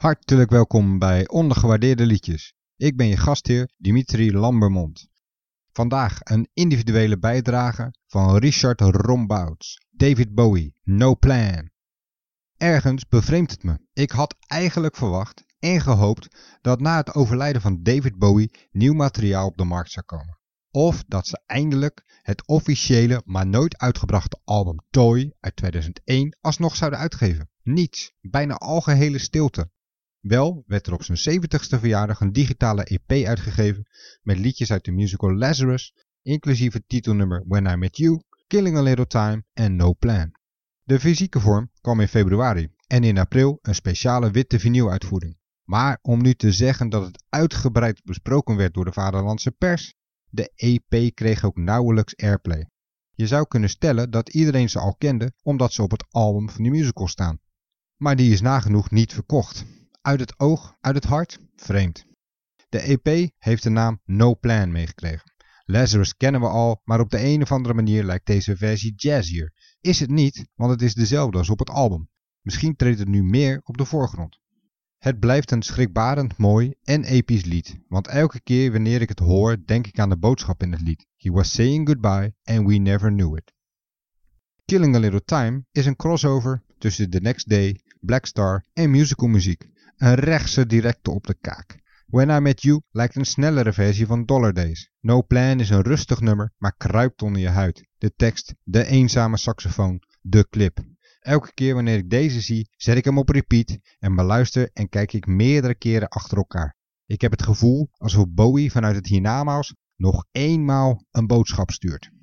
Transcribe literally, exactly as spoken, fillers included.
Hartelijk welkom bij Ondergewaardeerde Liedjes. Ik ben je gastheer Dimitri Lambermond. Vandaag een individuele bijdrage van Richard Rombouts, David Bowie, No Plan. Ergens bevreemdt het me. Ik had eigenlijk verwacht en gehoopt dat na het overlijden van David Bowie nieuw materiaal op de markt zou komen. Of dat ze eindelijk het officiële, maar nooit uitgebrachte album Toy uit tweeduizend één alsnog zouden uitgeven. Niets, bijna algehele stilte. Wel werd er op zijn zeventigste verjaardag een digitale E P uitgegeven met liedjes uit de musical Lazarus, inclusief het titelnummer When I Met You, Killing a Little Time en No Plan. De fysieke vorm kwam in februari en in april een speciale witte vinyl-uitvoering. Maar om nu te zeggen dat het uitgebreid besproken werd door de vaderlandse pers, de E P kreeg ook nauwelijks airplay. Je zou kunnen stellen dat iedereen ze al kende omdat ze op het album van de musical staan. Maar die is nagenoeg niet verkocht. Uit het oog, uit het hart, vreemd. De E P heeft de naam No Plan meegekregen. Lazarus kennen we al, maar op de een of andere manier lijkt deze versie jazzier. Is het niet, want het is dezelfde als op het album. Misschien treedt het nu meer op de voorgrond. Het blijft een schrikbarend mooi en episch lied, want elke keer wanneer ik het hoor, denk ik aan de boodschap in het lied. He was saying goodbye and we never knew it. Killing a Little Time is een crossover tussen The Next Day, Black Star en musical muziek. Een rechtse directe op de kaak. When I Met You lijkt een snellere versie van Dollar Days. No Plan is een rustig nummer, maar kruipt onder je huid. De tekst, de eenzame saxofoon, de clip. Elke keer wanneer ik deze zie, zet ik hem op repeat en beluister en kijk ik meerdere keren achter elkaar. Ik heb het gevoel alsof Bowie vanuit het hiernamaals nog eenmaal een boodschap stuurt.